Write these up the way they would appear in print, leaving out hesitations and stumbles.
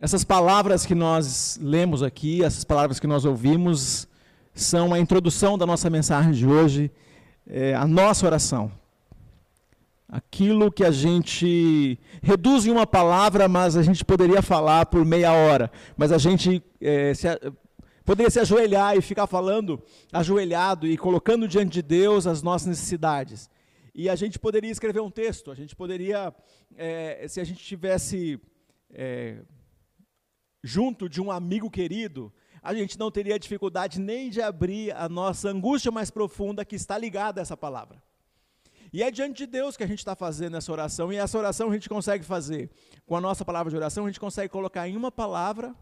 Essas palavras que nós lemos aqui, essas palavras que nós ouvimos, são a introdução da nossa mensagem de hoje, a nossa oração. Aquilo que a gente reduz em uma palavra, mas a gente poderia falar por meia hora. Mas a gente poderia se ajoelhar e ficar falando ajoelhado e colocando diante de Deus as nossas necessidades. E a gente poderia escrever um texto, a gente poderia, se a gente tivesse junto de um amigo querido, a gente não teria dificuldade nem de abrir a nossa angústia mais profunda que está ligada a essa palavra. E é diante de Deus que a gente está fazendo essa oração, e essa oração a gente consegue fazer com a nossa palavra de oração, a gente consegue colocar em uma palavra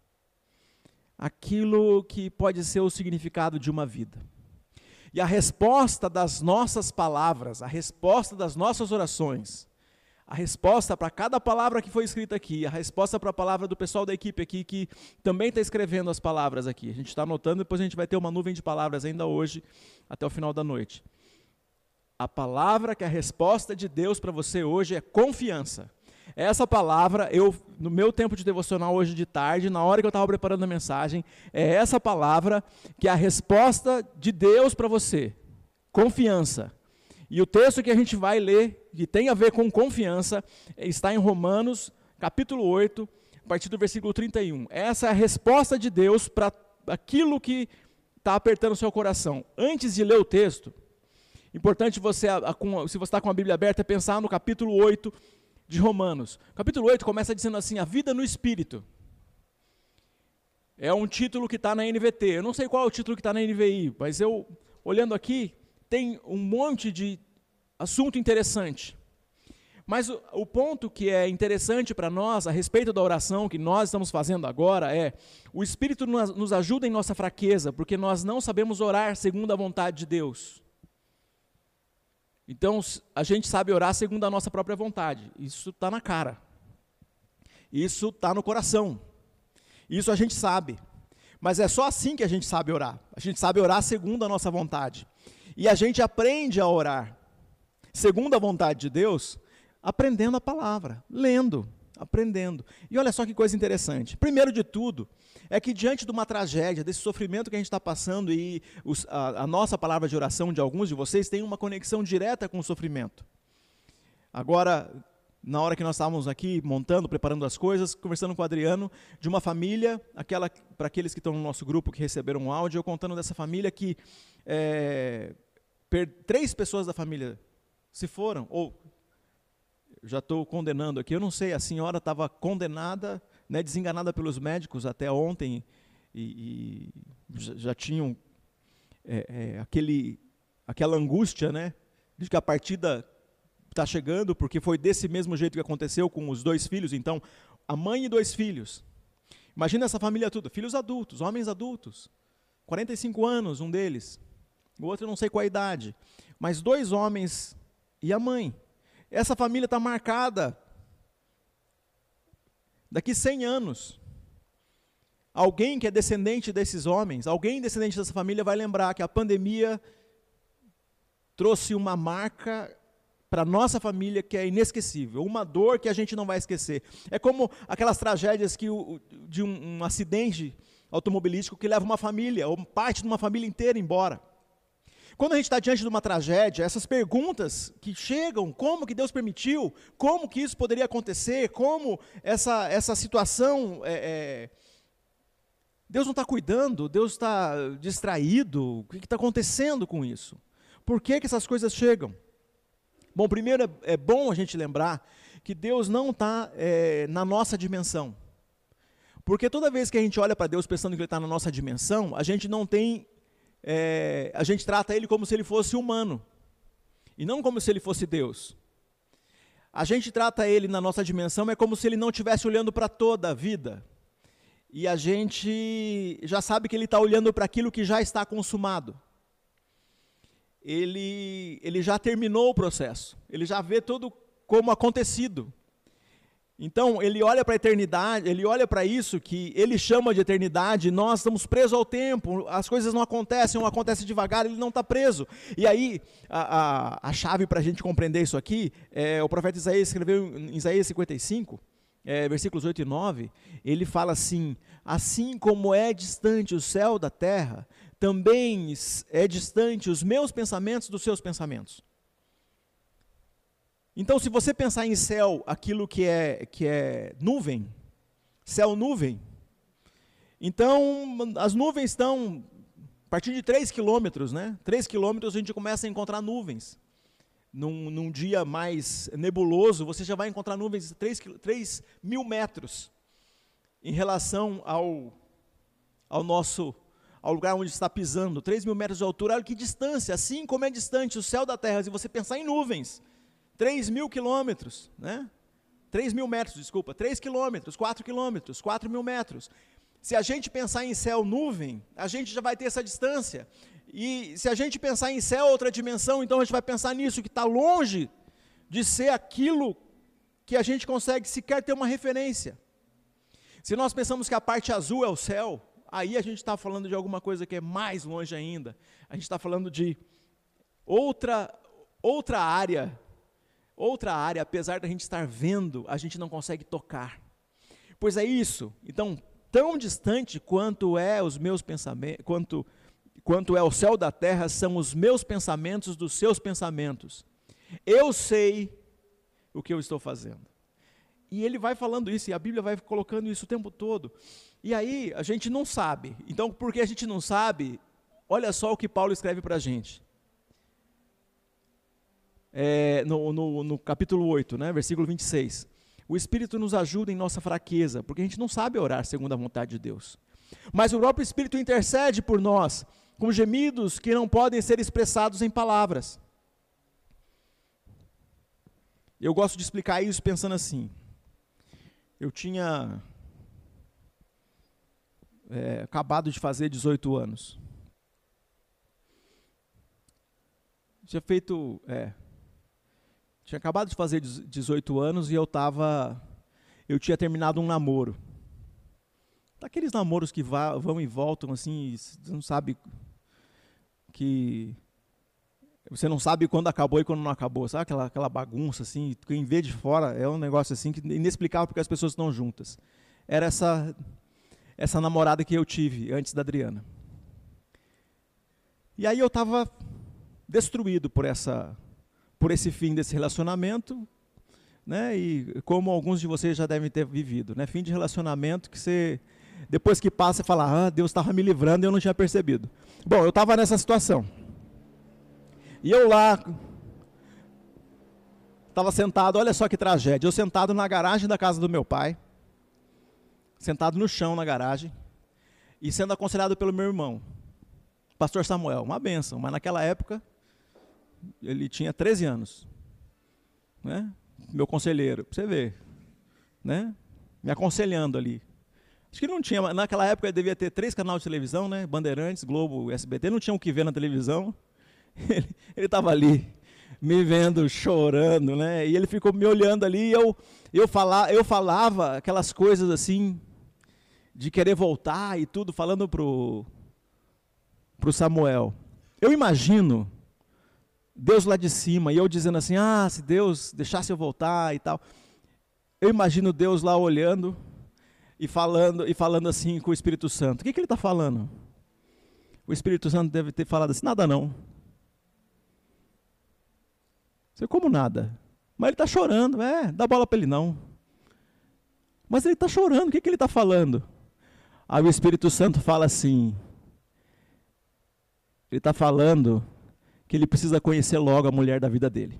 aquilo que pode ser o significado de uma vida. E a resposta das nossas palavras, a resposta das nossas orações, a resposta para cada palavra que foi escrita aqui, a resposta para a palavra do pessoal da equipe aqui, que também está escrevendo as palavras aqui. A gente está anotando, depois a gente vai ter uma nuvem de palavras ainda hoje, até o final da noite. A palavra que é a resposta de Deus para você hoje é confiança. Essa palavra, no meu tempo de devocional hoje de tarde, na hora que eu estava preparando a mensagem, é essa palavra que é a resposta de Deus para você. Confiança. E o texto que a gente vai ler, que tem a ver com confiança, está em Romanos, capítulo 8, a partir do versículo 31. Essa é a resposta de Deus para aquilo que está apertando o seu coração. Antes de ler o texto, importante você, se você está com a Bíblia aberta, pensar no capítulo 8 de Romanos. O capítulo 8 começa dizendo assim, a vida no Espírito. É um título que está na NVT. Eu não sei qual é o título que está na NVI, mas eu, olhando aqui, tem um monte de assunto interessante. Mas o ponto que é interessante para nós, a respeito da oração que nós estamos fazendo agora, é o Espírito nos ajuda em nossa fraqueza, porque nós não sabemos orar segundo a vontade de Deus. Então, a gente sabe orar segundo a nossa própria vontade. Isso está na cara. Isso está no coração. Isso a gente sabe. Mas é só assim que a gente sabe orar. A gente sabe orar segundo a nossa vontade. E a gente aprende a orar segundo a vontade de Deus, aprendendo a palavra, lendo, aprendendo. E olha só que coisa interessante. Primeiro de tudo, é que diante de uma tragédia, desse sofrimento que a gente está passando, e a nossa palavra de oração de alguns de vocês tem uma conexão direta com o sofrimento. Agora, na hora que nós estávamos aqui montando, preparando as coisas, conversando com o Adriano, de uma família, para aqueles que estão no nosso grupo, que receberam um áudio, eu contando dessa família que 3 pessoas da família se foram, ou já estou condenando aqui, eu não sei, a senhora estava condenada, né, desenganada pelos médicos até ontem, e já tinham aquela angústia, né, de que a partida está chegando, porque foi desse mesmo jeito que aconteceu com os 2 filhos, então, a mãe e 2 filhos. Imagina essa família toda, filhos adultos, homens adultos, 45 anos, um deles, o outro eu não sei qual a idade, mas 2 homens e a mãe. Essa família está marcada daqui 100 anos. Alguém que é descendente desses homens, alguém descendente dessa família vai lembrar que a pandemia trouxe uma marca para a nossa família que é inesquecível, uma dor que a gente não vai esquecer. É como aquelas tragédias de um acidente automobilístico que leva uma família, ou parte de uma família inteira embora. Quando a gente está diante de uma tragédia, essas perguntas que chegam, como que Deus permitiu, como que isso poderia acontecer, como essa situação, Deus não está cuidando, Deus está distraído, o que está acontecendo com isso? Por que essas coisas chegam? Bom, primeiro é bom a gente lembrar que Deus não está na nossa dimensão. Porque toda vez que a gente olha para Deus pensando que Ele está na nossa dimensão, a gente não tem... a gente trata Ele como se Ele fosse humano, e não como se Ele fosse Deus. A gente trata Ele na nossa dimensão, é como se Ele não estivesse olhando para toda a vida, e a gente já sabe que Ele está olhando para aquilo que já está consumado. Ele já terminou o processo, Ele já vê tudo como acontecido. Então, Ele olha para a eternidade, Ele olha para isso que Ele chama de eternidade, nós estamos presos ao tempo, as coisas não acontecem, ou acontece devagar, Ele não está preso. E aí, a chave para a gente compreender isso aqui, o profeta Isaías escreveu em Isaías 55, versículos 8 e 9, ele fala assim: assim como é distante o céu da terra, também é distante os meus pensamentos dos seus pensamentos. Então, se você pensar em céu, aquilo que é nuvem, céu nuvem, então as nuvens estão, a partir de 3 quilômetros, né? 3 quilômetros a gente começa a encontrar nuvens. Num dia mais nebuloso, você já vai encontrar nuvens de 3 mil metros em relação ao lugar onde está pisando, 3 mil metros de altura. Olha que distância, assim como é distante o céu da terra. Se você pensar em nuvens, 3 mil quilômetros, né? 3 mil metros, desculpa, 3 quilômetros, 4 mil metros. Se a gente pensar em céu nuvem, a gente já vai ter essa distância. E se a gente pensar em céu, outra dimensão, então a gente vai pensar nisso, que está longe de ser aquilo que a gente consegue sequer ter uma referência. Se nós pensamos que a parte azul é o céu, aí a gente está falando de alguma coisa que é mais longe ainda. A gente está falando de outra área, apesar da gente estar vendo, a gente não consegue tocar. Pois é isso. Então, tão distante quanto é os meus pensamentos, quanto é o céu da terra, são os meus pensamentos dos seus pensamentos. Eu sei o que eu estou fazendo. E ele vai falando isso, e a Bíblia vai colocando isso o tempo todo. E aí, a gente não sabe. Então, porque a gente não sabe, olha só o que Paulo escreve para a gente. No capítulo 8, né, versículo 26. O Espírito nos ajuda em nossa fraqueza, porque a gente não sabe orar segundo a vontade de Deus. Mas o próprio Espírito intercede por nós, com gemidos que não podem ser expressados em palavras. Eu gosto de explicar isso pensando assim. Eu tinha acabado de fazer 18 anos. Tinha acabado de fazer 18 anos e eu tinha terminado um namoro. Daqueles namoros que vão e voltam assim, você não sabe quando acabou e quando não acabou, sabe aquela bagunça assim, quem vê de fora é um negócio assim que inexplicável porque as pessoas estão juntas. Era essa namorada que eu tive antes da Adriana. E aí eu estava destruído por esse fim desse relacionamento, né? E como alguns de vocês já devem ter vivido, né? Fim de relacionamento que você, depois que passa, você fala, Deus estava me livrando e eu não tinha percebido. Bom, eu estava nessa situação. E eu lá, estava sentado, olha só que tragédia, eu sentado na garagem da casa do meu pai, sentado no chão na garagem, e sendo aconselhado pelo meu irmão, pastor Samuel, uma bênção, mas naquela época, ele tinha 13 anos, né? Meu conselheiro, para você ver, né? Me aconselhando ali. Acho que não tinha, naquela época ele devia ter 3 canais de televisão, né? Bandeirantes, Globo, SBT, não tinha o que ver na televisão. Ele estava ali, me vendo, chorando, né? E ele ficou me olhando ali, e eu falava aquelas coisas assim, de querer voltar e tudo, falando pro Samuel. Eu imagino Deus lá de cima, e eu dizendo assim, se Deus deixasse eu voltar e tal. Eu imagino Deus lá olhando e falando assim com o Espírito Santo. O que ele está falando? O Espírito Santo deve ter falado assim, nada não. Você como nada? Mas ele está chorando, dá bola para ele não. Mas ele está chorando, o que ele está falando? Aí o Espírito Santo fala assim, ele está falando que ele precisa conhecer logo a mulher da vida dele.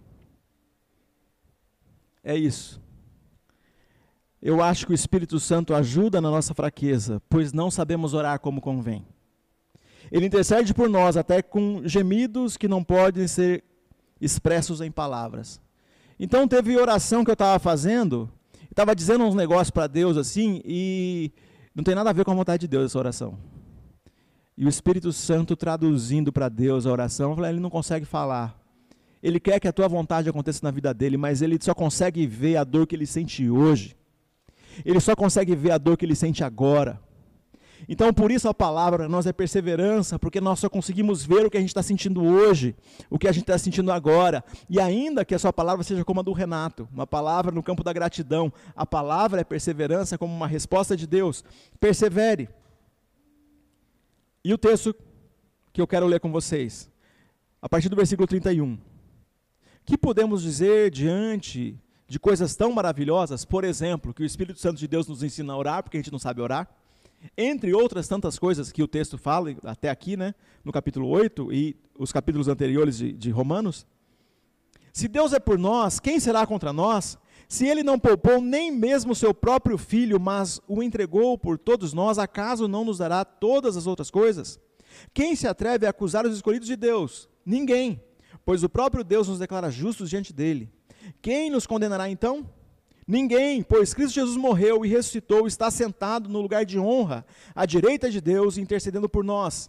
É isso. Eu acho que o Espírito Santo ajuda na nossa fraqueza, pois não sabemos orar como convém. Ele intercede por nós até com gemidos que não podem ser expressos em palavras. Então teve oração que eu estava fazendo, estava dizendo uns negócios para Deus assim, e não tem nada a ver com a vontade de Deus essa oração. E o Espírito Santo traduzindo para Deus a oração, eu falei, ele não consegue falar. Ele quer que a tua vontade aconteça na vida dele, mas ele só consegue ver a dor que ele sente hoje. Ele só consegue ver a dor que ele sente agora. Então, por isso a palavra para nós é perseverança, porque nós só conseguimos ver o que a gente está sentindo hoje, o que a gente está sentindo agora, e ainda que a sua palavra seja como a do Renato, uma palavra no campo da gratidão, a palavra é perseverança como uma resposta de Deus. Persevere. E o texto que eu quero ler com vocês, a partir do versículo 31. Que podemos dizer diante de coisas tão maravilhosas, por exemplo, que o Espírito Santo de Deus nos ensina a orar, porque a gente não sabe orar, entre outras tantas coisas que o texto fala, até aqui, né, no capítulo 8 e os capítulos anteriores de Romanos. Se Deus é por nós, quem será contra nós? Se ele não poupou nem mesmo o seu próprio filho, mas o entregou por todos nós, acaso não nos dará todas as outras coisas? Quem se atreve a acusar os escolhidos de Deus? Ninguém, pois o próprio Deus nos declara justos diante dele. Quem nos condenará então? Ninguém, pois Cristo Jesus morreu e ressuscitou, está sentado no lugar de honra, à direita de Deus, intercedendo por nós.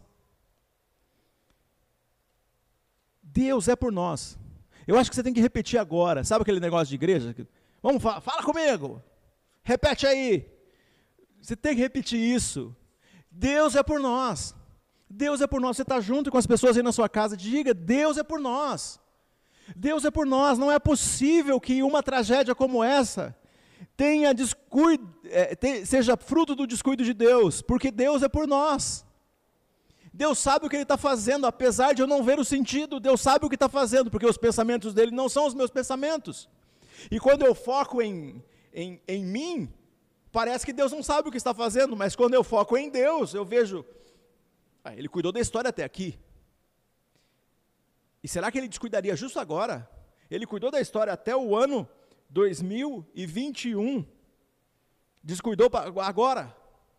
Deus é por nós. Eu acho que você tem que repetir agora. Sabe aquele negócio de igreja? Vamos, fala comigo. Repete aí. Você tem que repetir isso. Deus é por nós. Deus é por nós. Você está junto com as pessoas aí na sua casa. Diga, Deus é por nós. Deus é por nós. Não é possível que uma tragédia como essa seja fruto do descuido de Deus, porque Deus é por nós. Deus sabe o que Ele está fazendo, apesar de eu não ver o sentido. Deus sabe o que está fazendo, porque os pensamentos dEle não são os meus pensamentos. E quando eu foco em mim, parece que Deus não sabe o que está fazendo, mas quando eu foco em Deus, eu vejo, Ele cuidou da história até aqui. E será que Ele descuidaria justo agora? Ele cuidou da história até o ano 2021. Descuidou agora?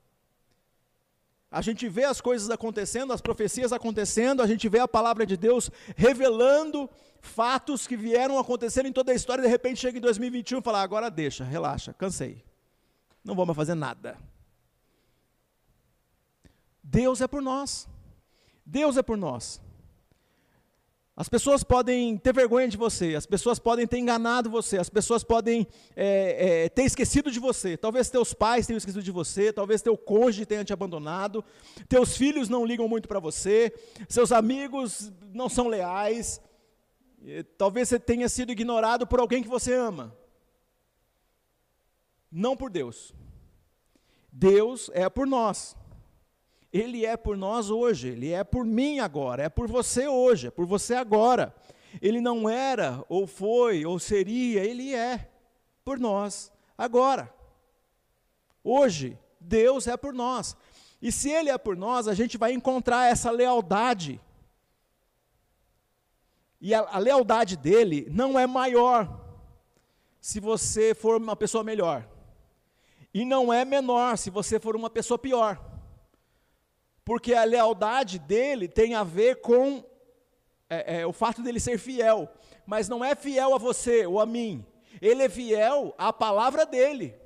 A gente vê as coisas acontecendo, as profecias acontecendo, a gente vê a palavra de Deus revelando fatos que vieram acontecendo em toda a história, e de repente chega em 2021 e fala, agora deixa, relaxa, cansei. Não vou mais fazer nada. Deus é por nós. Deus é por nós. As pessoas podem ter vergonha de você, as pessoas podem ter enganado você, as pessoas podem ter esquecido de você, talvez teus pais tenham esquecido de você, talvez teu cônjuge tenha te abandonado, teus filhos não ligam muito para você, seus amigos não são leais, talvez você tenha sido ignorado por alguém que você ama. Não por Deus. Deus é por nós. Ele é por nós hoje, Ele é por mim agora, é por você hoje, é por você agora. Ele não era, ou foi, ou seria, Ele é por nós agora. Hoje, Deus é por nós. E se Ele é por nós, a gente vai encontrar essa lealdade. E a lealdade dEle não é maior se você for uma pessoa melhor. E não é menor se você for uma pessoa pior. Porque a lealdade dele tem a ver com o fato dele ser fiel, mas não é fiel a você ou a mim, ele é fiel à palavra dele,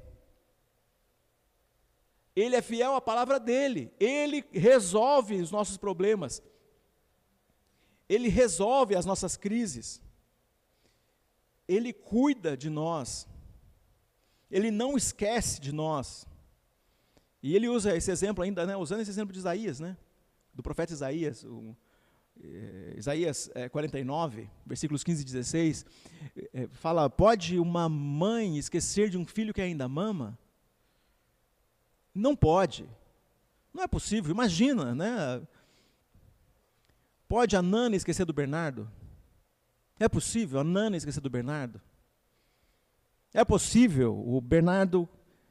ele é fiel à palavra dele, ele resolve os nossos problemas, ele resolve as nossas crises, ele cuida de nós, ele não esquece de nós. E ele usa esse exemplo ainda, né, usando esse exemplo de Isaías, né, do profeta Isaías, Isaías 49, versículos 15 e 16, fala, pode uma mãe esquecer de um filho que ainda mama? Não pode, não é possível, imagina, né? Pode a Nana esquecer do Bernardo? É possível a Nana esquecer do Bernardo? É possível, o Bernardo,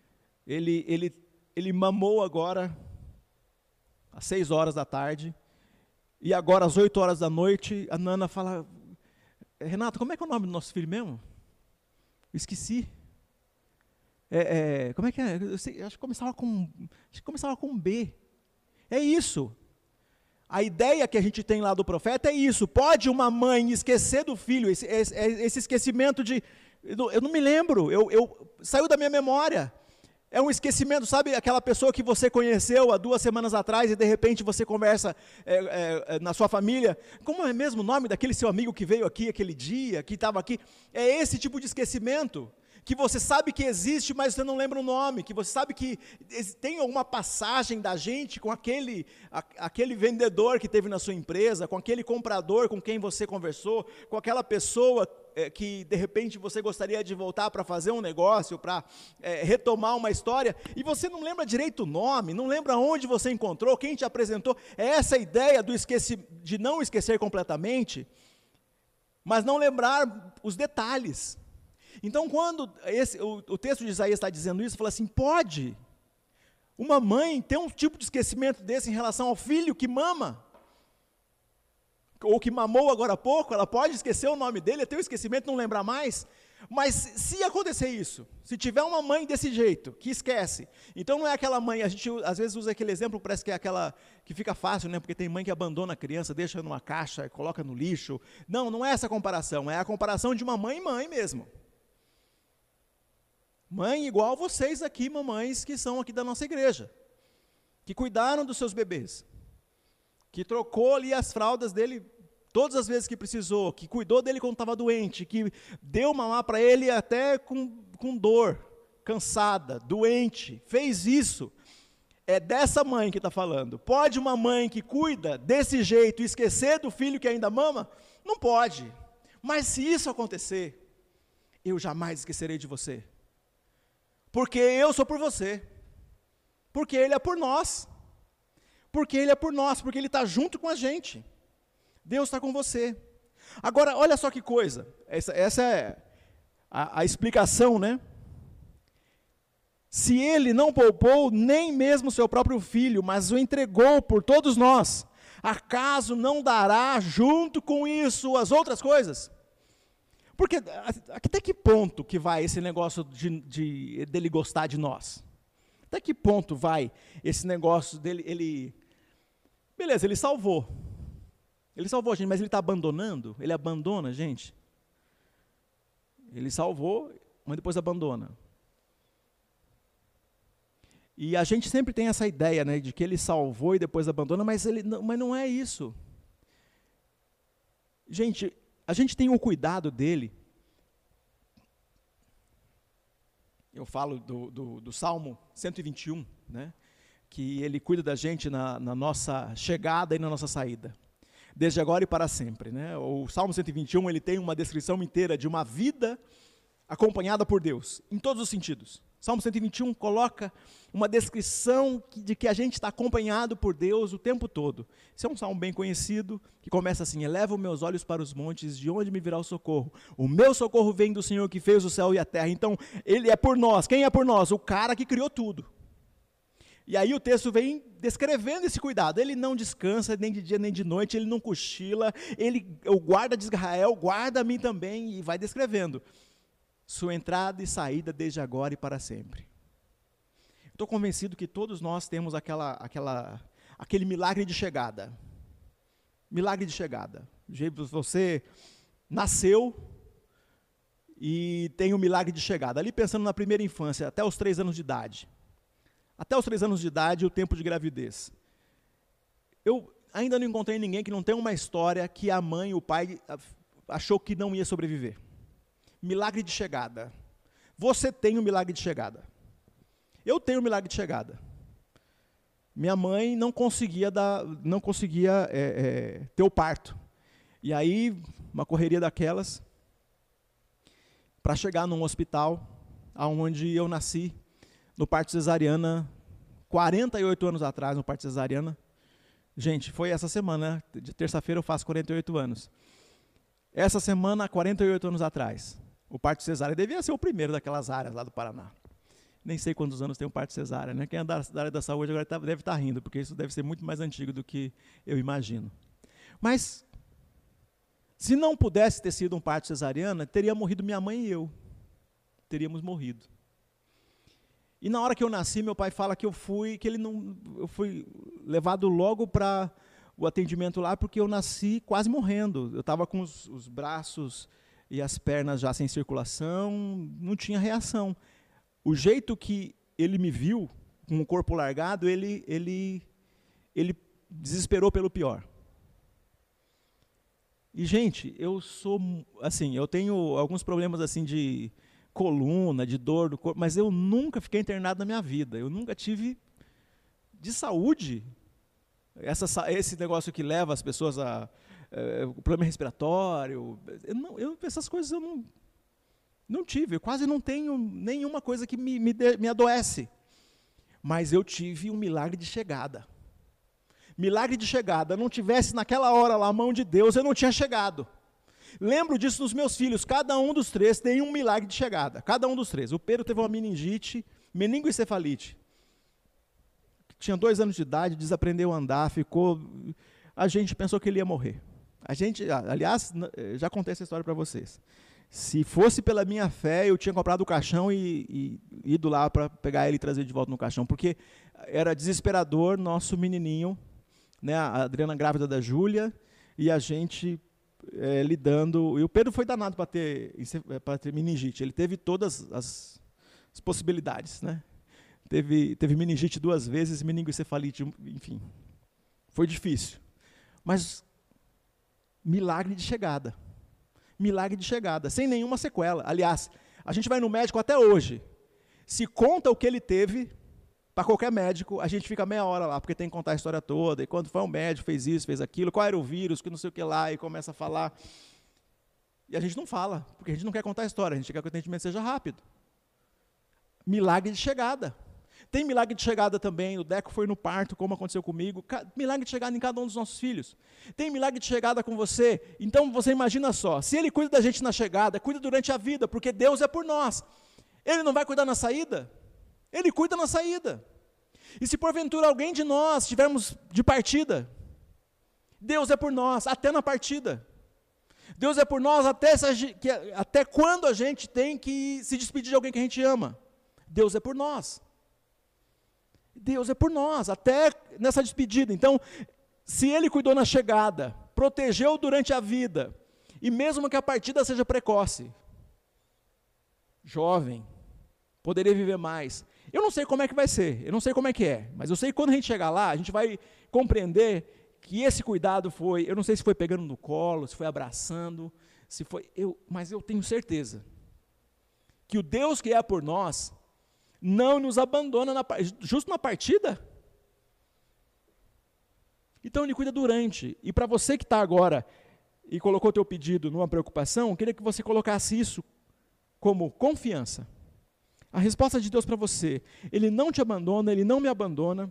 ele mamou agora, às 6 horas da tarde, e agora às 8 horas da noite, a Nana fala, Renato, como é que é o nome do nosso filho mesmo? Eu esqueci. Como é que é? Acho que começava com B. É isso. A ideia que a gente tem lá do profeta é isso. Pode uma mãe esquecer do filho, esse esquecimento de... Eu não me lembro, saiu da minha memória. É um esquecimento, sabe aquela pessoa que você conheceu há 2 semanas atrás e de repente você conversa na sua família, como é mesmo o nome daquele seu amigo que veio aqui aquele dia, que estava aqui? É esse tipo de esquecimento que você sabe que existe, mas você não lembra o nome, que você sabe que tem alguma passagem da gente com aquele vendedor que teve na sua empresa, com aquele comprador com quem você conversou, com aquela pessoa que de repente você gostaria de voltar para fazer um negócio, para retomar uma história, e você não lembra direito o nome, não lembra onde você encontrou, quem te apresentou. É essa a ideia de não esquecer completamente, mas não lembrar os detalhes. Então, quando o texto de Isaías está dizendo isso, fala assim, pode uma mãe ter um tipo de esquecimento desse em relação ao filho que mama, ou que mamou agora há pouco, ela pode esquecer o nome dele, ter o esquecimento, não lembrar mais. Mas se acontecer isso, se tiver uma mãe desse jeito, que esquece, então não é aquela mãe, a gente às vezes usa aquele exemplo, parece que é aquela que fica fácil, né? Porque tem mãe que abandona a criança, deixa numa caixa, coloca no lixo. Não, não é essa a comparação, é a comparação de uma mãe e mãe mesmo. Mãe igual vocês aqui, mamães que são aqui da nossa igreja, que cuidaram dos seus bebês, que trocou ali as fraldas dele todas as vezes que precisou, que cuidou dele quando estava doente, que deu mamar para ele até com dor, cansada, doente, fez isso. É dessa mãe que está falando. Pode uma mãe que cuida desse jeito esquecer do filho que ainda mama? Não pode. Mas se isso acontecer, eu jamais esquecerei de você. Porque eu sou por você. Porque Ele é por nós. Porque Ele é por nós, porque Ele está junto com a gente. Deus está com você. Agora, olha só que coisa, essa é a explicação, né? Se Ele não poupou nem mesmo seu próprio Filho, mas o entregou por todos nós, acaso não dará junto com isso as outras coisas? Porque até que ponto que vai esse negócio dele gostar de nós? Até que ponto vai esse negócio dele, beleza, ele salvou a gente, mas ele está abandonando? Ele abandona a gente? Ele salvou, mas depois abandona. E a gente sempre tem essa ideia, né, de que ele salvou e depois abandona, mas não é isso. Gente, a gente tem o cuidado dele. Eu falo do Salmo 121, né, que ele cuida da gente na nossa chegada e na nossa saída, desde agora e para sempre, né? O Salmo 121, ele tem uma descrição inteira de uma vida acompanhada por Deus, em todos os sentidos. Salmo 121 coloca uma descrição de que a gente está acompanhado por Deus o tempo todo. Esse é um salmo bem conhecido, que começa assim: elevo meus olhos para os montes, de onde me virá o socorro? O meu socorro vem do Senhor que fez o céu e a terra. Então, Ele é por nós. Quem é por nós? O cara que criou tudo. E aí o texto vem descrevendo esse cuidado. Ele não descansa nem de dia nem de noite, ele não cochila, o guarda de Israel, guarda a mim também, e vai descrevendo sua entrada e saída desde agora e para sempre. Estou convencido que todos nós temos aquele milagre de chegada. Milagre de chegada. Você nasceu e tem o milagre de chegada. Ali pensando na primeira infância, até os 3 anos de idade. Até os 3 anos de idade, o tempo de gravidez. Eu ainda não encontrei ninguém que não tenha uma história que a mãe e o pai achou que não ia sobreviver. Milagre de chegada. Você tem um milagre de chegada. Eu tenho um milagre de chegada. Minha mãe não conseguia ter o parto. E aí, uma correria daquelas, para chegar num hospital, onde eu nasci, no parto cesariana, 48 anos atrás, no parto cesariana. Gente, foi essa semana, de terça-feira eu faço 48 anos. Essa semana, 48 anos atrás, o parto cesárea devia ser o primeiro daquelas áreas lá do Paraná. Nem sei quantos anos tem o parto cesárea, né? Quem é da área da saúde agora deve estar rindo, porque isso deve ser muito mais antigo do que eu imagino. Mas, se não pudesse ter sido um parto cesariana, teria morrido minha mãe e eu. Teríamos morrido. E na hora que eu nasci, meu pai fala que eu fui levado logo para o atendimento lá, porque eu nasci quase morrendo. Eu estava com os braços e as pernas já sem circulação, não tinha reação. O jeito que ele me viu, com o corpo largado, ele desesperou pelo pior. E, gente, eu tenho alguns problemas assim coluna, de dor do corpo, mas eu nunca fiquei internado na minha vida. Eu nunca tive de saúde. Esse negócio que leva as pessoas a problema respiratório. Essas coisas eu não tive. Eu quase não tenho nenhuma coisa que me adoece. Mas eu tive um milagre de chegada. Milagre de chegada. Não tivesse naquela hora lá a mão de Deus, eu não tinha chegado. Lembro disso nos meus filhos. Cada um dos três tem um milagre de chegada. Cada um dos três. O Pedro teve uma meningite, meningoencefalite. Tinha 2 anos de idade, desaprendeu a andar, ficou... A gente pensou que ele ia morrer. Aliás, já contei essa história para vocês. Se fosse pela minha fé, eu tinha comprado o caixão e ido lá para pegar ele e trazer de volta no caixão, porque era desesperador, nosso menininho, né, a Adriana grávida da Júlia, e a gente lidando... E o Pedro foi danado para ter meningite, ele teve todas as possibilidades, né? Teve meningite 2 vezes, meningoencefalite, enfim. Foi difícil. Mas milagre de chegada. Milagre de chegada, sem nenhuma sequela. Aliás, a gente vai no médico até hoje. Se conta o que ele teve, para qualquer médico, a gente fica meia hora lá, porque tem que contar a história toda. E quando foi um médico, fez isso, fez aquilo, qual era o vírus, que não sei o que lá, e começa a falar. E a gente não fala, porque a gente não quer contar a história, a gente quer que o atendimento seja rápido. Milagre de chegada. Tem milagre de chegada também, o Deco foi no parto, como aconteceu comigo, milagre de chegada em cada um dos nossos filhos. Tem milagre de chegada com você, então você imagina só, se Ele cuida da gente na chegada, cuida durante a vida, porque Deus é por nós. Ele não vai cuidar na saída? Ele cuida na saída. E se porventura alguém de nós estivermos de partida, Deus é por nós, até na partida. Deus é por nós até quando a gente tem que se despedir de alguém que a gente ama. Deus é por nós. Deus é por nós, até nessa despedida. Então, se Ele cuidou na chegada, protegeu durante a vida, e mesmo que a partida seja precoce, jovem, poderia viver mais. Eu não sei como é que vai ser, eu não sei como é que é, mas eu sei que quando a gente chegar lá, a gente vai compreender que esse cuidado foi, eu não sei se foi pegando no colo, se foi abraçando, mas eu tenho certeza que o Deus que é por nós não nos abandona justo na partida. Então Ele cuida durante. E para você que está agora e colocou teu pedido numa preocupação, eu queria que você colocasse isso como confiança. A resposta de Deus para você: Ele não te abandona, Ele não me abandona.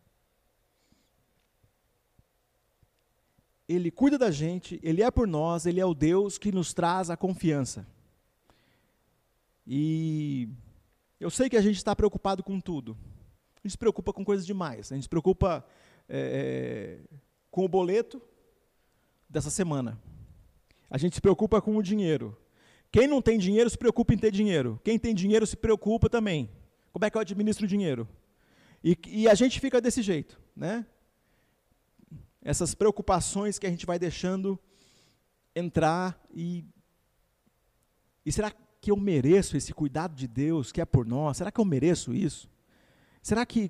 Ele cuida da gente, Ele é por nós, Ele é o Deus que nos traz a confiança. E eu sei que a gente está preocupado com tudo. A gente se preocupa com coisas demais. A gente se preocupa com o boleto dessa semana. A gente se preocupa com o dinheiro. Quem não tem dinheiro se preocupa em ter dinheiro. Quem tem dinheiro se preocupa também. Como é que eu administro o dinheiro? E a gente fica desse jeito, né? Essas preocupações que a gente vai deixando entrar e será que eu mereço esse cuidado de Deus que é por nós? Será que eu mereço isso? Será que...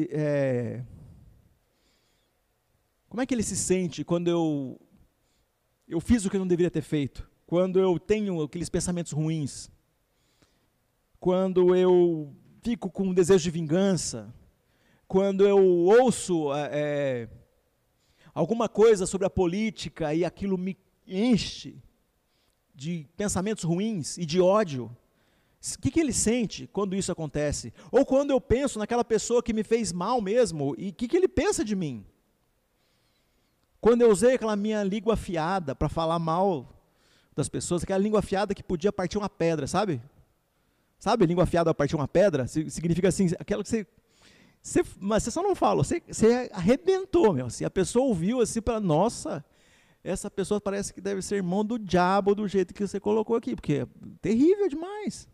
como é que Ele se sente quando eu fiz o que eu não deveria ter feito? Quando eu tenho aqueles pensamentos ruins? Quando eu fico com um desejo de vingança? Quando eu ouço alguma coisa sobre a política e aquilo me enche de pensamentos ruins e de ódio? O que Ele sente quando isso acontece? Ou quando eu penso naquela pessoa que me fez mal mesmo, e o que Ele pensa de mim? Quando eu usei aquela minha língua afiada para falar mal das pessoas, aquela língua afiada que podia partir uma pedra, sabe? Sabe, língua afiada para partir uma pedra? Significa assim, aquela que mas você só não fala, você arrebentou, meu. Se a pessoa ouviu assim, para nossa... essa pessoa parece que deve ser irmão do diabo do jeito que você colocou aqui, porque é terrível demais.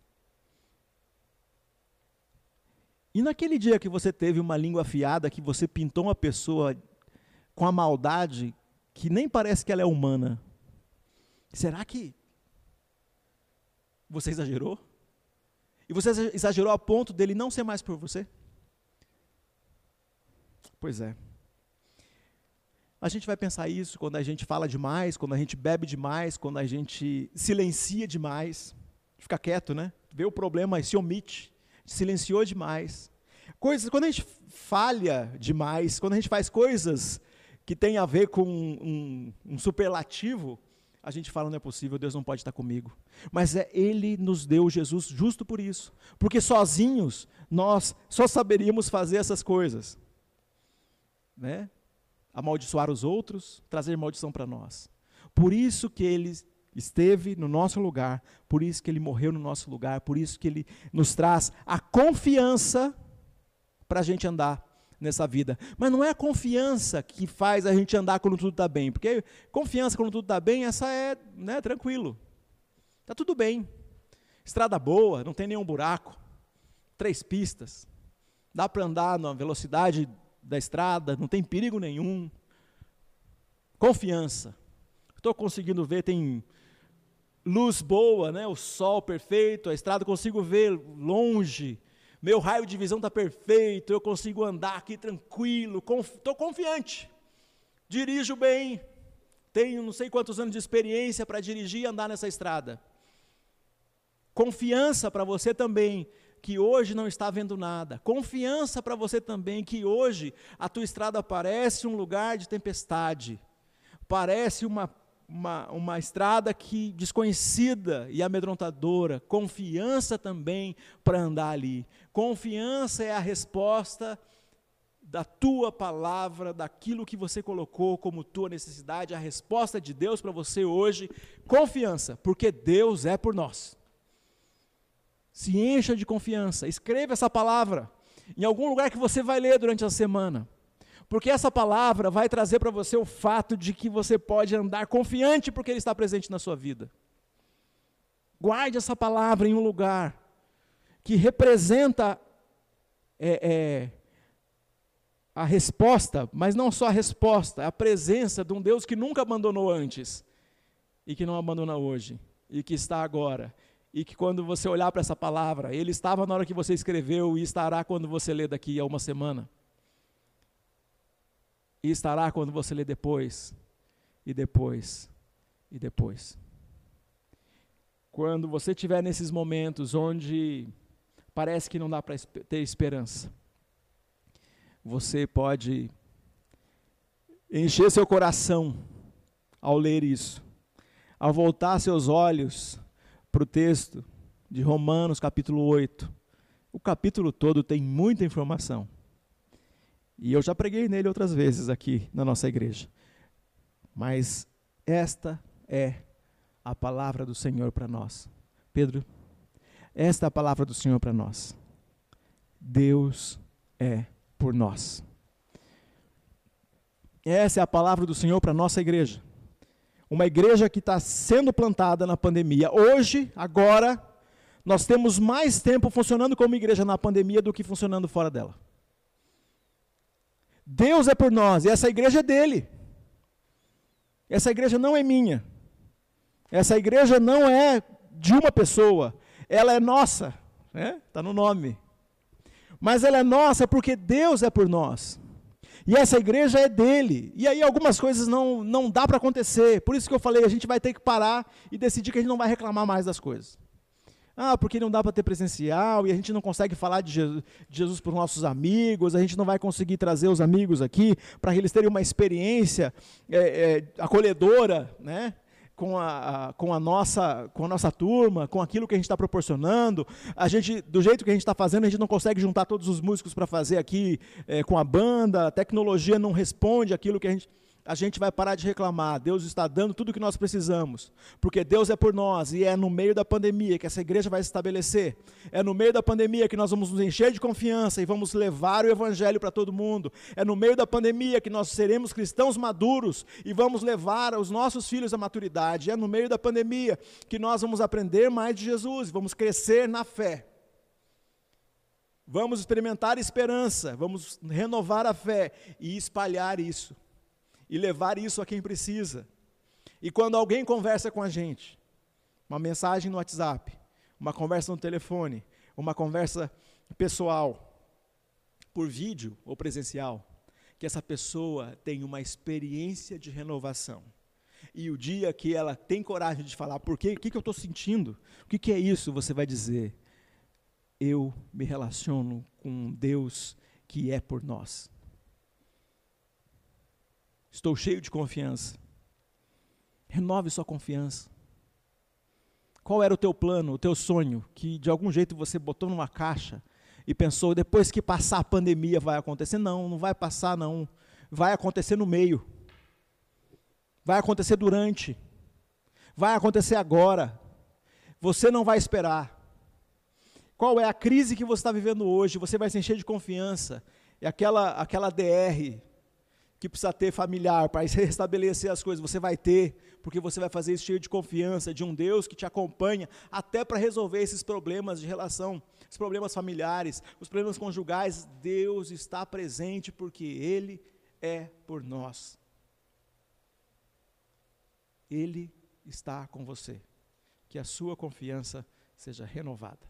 E naquele dia que você teve uma língua afiada, que você pintou uma pessoa com a maldade, que nem parece que ela é humana, será que você exagerou? E você exagerou a ponto dele não ser mais por você? Pois é. A gente vai pensar isso quando a gente fala demais, quando a gente bebe demais, quando a gente silencia demais, fica quieto, né? Vê o problema e se omite, silenciou demais. Quando a gente falha demais, quando a gente faz coisas que tem a ver com um superlativo, a gente fala, não é possível, Deus não pode estar comigo. Mas Ele nos deu Jesus justo por isso. Porque sozinhos, nós só saberíamos fazer essas coisas. Né? Amaldiçoar os outros, trazer maldição para nós. Por isso que Ele esteve no nosso lugar, por isso que Ele morreu no nosso lugar, por isso que Ele nos traz a confiança para a gente andar nessa vida. Mas não é a confiança que faz a gente andar quando tudo está bem, porque confiança quando tudo está bem, essa é, né, tranquilo. Está tudo bem. Estrada boa, não tem nenhum buraco, 3 pistas, dá para andar na velocidade da estrada, não tem perigo nenhum. Confiança. Estou conseguindo ver, tem luz boa, né, o sol perfeito, a estrada, consigo ver longe, meu raio de visão está perfeito, eu consigo andar aqui tranquilo, estou confiante, dirijo bem, tenho não sei quantos anos de experiência para dirigir e andar nessa estrada. Confiança para você também, que hoje não está vendo nada. Confiança para você também, que hoje a tua estrada parece um lugar de tempestade, parece uma estrada que desconhecida e amedrontadora. Confiança também para andar ali. Confiança é a resposta da tua palavra, daquilo que você colocou como tua necessidade, a resposta de Deus para você hoje. Confiança, porque Deus é por nós. Se encha de confiança, escreva essa palavra em algum lugar que você vai ler durante a semana. Porque essa palavra vai trazer para você o fato de que você pode andar confiante porque Ele está presente na sua vida. Guarde essa palavra em um lugar que representa a resposta, mas não só a resposta, a presença de um Deus que nunca abandonou antes, e que não abandona hoje, e que está agora, e que quando você olhar para essa palavra, Ele estava na hora que você escreveu e estará quando você lê daqui a uma semana. E estará quando você lê depois, e depois, e depois. Quando você estiver nesses momentos onde parece que não dá para ter esperança, você pode encher seu coração ao ler isso, ao voltar seus olhos para o texto de Romanos capítulo 8. O capítulo todo tem muita informação. E eu já preguei nele outras vezes aqui na nossa igreja. Mas esta é a palavra do Senhor para nós. Pedro, esta é a palavra do Senhor para nós. Deus é por nós. Essa é a palavra do Senhor para a nossa igreja. Uma igreja que está sendo plantada na pandemia. Hoje, agora, nós temos mais tempo funcionando como igreja na pandemia do que funcionando fora dela. Deus é por nós, e essa igreja é dele. Essa igreja não é minha. Essa igreja não é de uma pessoa. Ela é nossa, né? Está no nome. Mas ela é nossa porque Deus é por nós. E essa igreja é dele. E aí algumas coisas não dá para acontecer. Por isso que eu falei, a gente vai ter que parar e decidir que a gente não vai reclamar mais das coisas. Porque não dá para ter presencial, e a gente não consegue falar de Jesus para os nossos amigos, a gente não vai conseguir trazer os amigos aqui, para eles terem uma experiência acolhedora, né? Com a nossa turma, com aquilo que a gente está proporcionando. Do jeito que a gente está fazendo, a gente não consegue juntar todos os músicos para fazer aqui com a banda, a tecnologia não responde aquilo que a gente vai parar de reclamar. Deus está dando tudo o que nós precisamos, porque Deus é por nós, e é no meio da pandemia que essa igreja vai se estabelecer. É no meio da pandemia que nós vamos nos encher de confiança e vamos levar o evangelho para todo mundo. É no meio da pandemia que nós seremos cristãos maduros e vamos levar os nossos filhos à maturidade. É no meio da pandemia que nós vamos aprender mais de Jesus, vamos crescer na fé. Vamos experimentar esperança, vamos renovar a fé e espalhar isso. E levar isso a quem precisa. E quando alguém conversa com a gente, uma mensagem no WhatsApp, uma conversa no telefone, uma conversa pessoal, por vídeo ou presencial, que essa pessoa tenha uma experiência de renovação. E o dia que ela tem coragem de falar, por quê? O que eu estou sentindo? O que é isso? Você vai dizer, eu me relaciono com um Deus que é por nós. Estou cheio de confiança. Renove sua confiança. Qual era o teu plano, o teu sonho, que de algum jeito você botou numa caixa e pensou, depois que passar a pandemia vai acontecer? Não, não vai passar não. Vai acontecer no meio. Vai acontecer durante. Vai acontecer agora. Você não vai esperar. Qual é a crise que você está vivendo hoje? Você vai se encher de confiança. É aquela DR que precisa ter familiar para restabelecer as coisas. Você vai ter, porque você vai fazer isso cheio de confiança, de um Deus que te acompanha, até para resolver esses problemas de relação, os problemas familiares, os problemas conjugais. Deus está presente porque Ele é por nós. Ele está com você. Que a sua confiança seja renovada.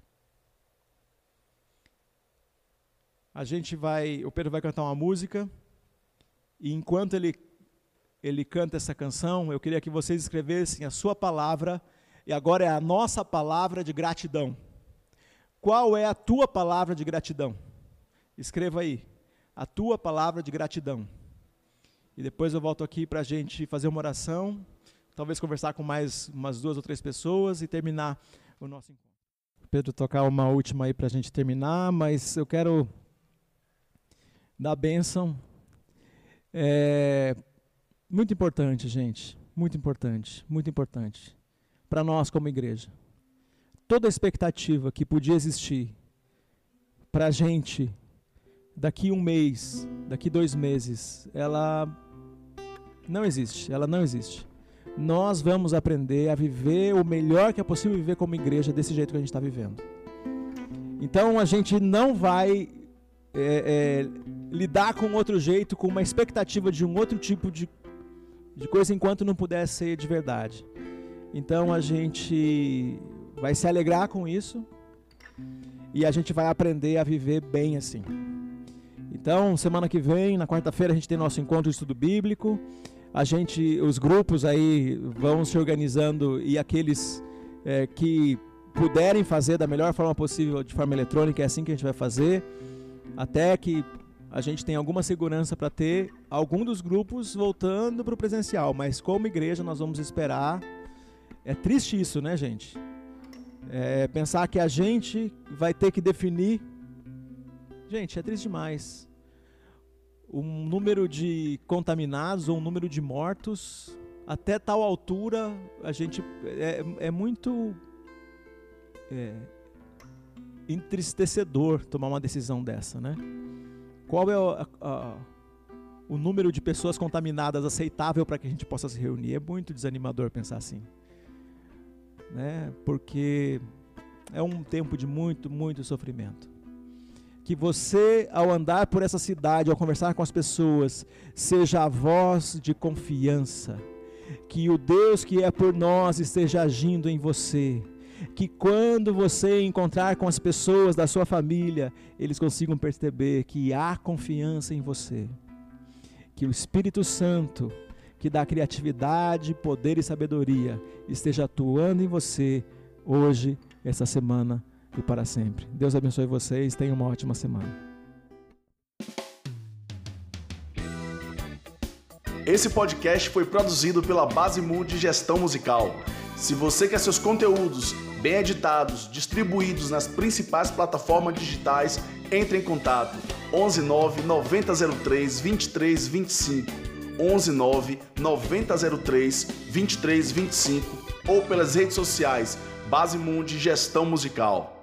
O Pedro vai cantar uma música, e enquanto ele canta essa canção, eu queria que vocês escrevessem a sua palavra, e agora é a nossa palavra de gratidão. Qual é a tua palavra de gratidão? Escreva aí, a tua palavra de gratidão. E depois eu volto aqui para a gente fazer uma oração, talvez conversar com mais umas 2 ou 3 pessoas e terminar o nosso encontro. Pedro tocar uma última aí para a gente terminar, mas eu quero dar a bênção. Muito importante, gente, muito importante para nós como igreja. Toda a expectativa que podia existir para a gente daqui 1 mês, daqui 2 meses, ela não existe. Nós vamos aprender a viver o melhor que é possível viver como igreja desse jeito que a gente está vivendo. Então a gente não vai lidar com outro jeito, com uma expectativa de um outro tipo de coisa enquanto não puder ser de verdade. Então a gente vai se alegrar com isso e a gente vai aprender a viver bem assim. Então semana que vem, na quarta-feira, a gente tem nosso encontro de estudo bíblico. Os grupos aí vão se organizando e aqueles que puderem fazer da melhor forma possível, de forma eletrônica, é assim que a gente vai fazer, até que a gente tenha alguma segurança para ter algum dos grupos voltando para o presencial, mas como igreja nós vamos esperar. É triste isso, né, gente? Pensar que a gente vai ter que definir. Gente, é triste demais. Um número de contaminados ou um número de mortos, até tal altura, a gente é muito entristecedor tomar uma decisão dessa, né? Qual é o número de pessoas contaminadas aceitável para que a gente possa se reunir? É muito desanimador pensar assim, né? Porque é um tempo de muito, muito sofrimento. Que você, ao andar por essa cidade, ao conversar com as pessoas, seja a voz de confiança. Que o Deus que é por nós esteja agindo em você. Que quando você encontrar com as pessoas da sua família, eles consigam perceber que há confiança em você. Que o Espírito Santo, que dá criatividade, poder e sabedoria, esteja atuando em você hoje, essa semana e para sempre. Deus abençoe vocês, tenham uma ótima semana. Esse podcast foi produzido pela Basemood Gestão Musical. Se você quer seus conteúdos bem editados, distribuídos nas principais plataformas digitais, entre em contato 119 9003 2325, 119 9003 2325 ou pelas redes sociais Basemood Gestão Musical.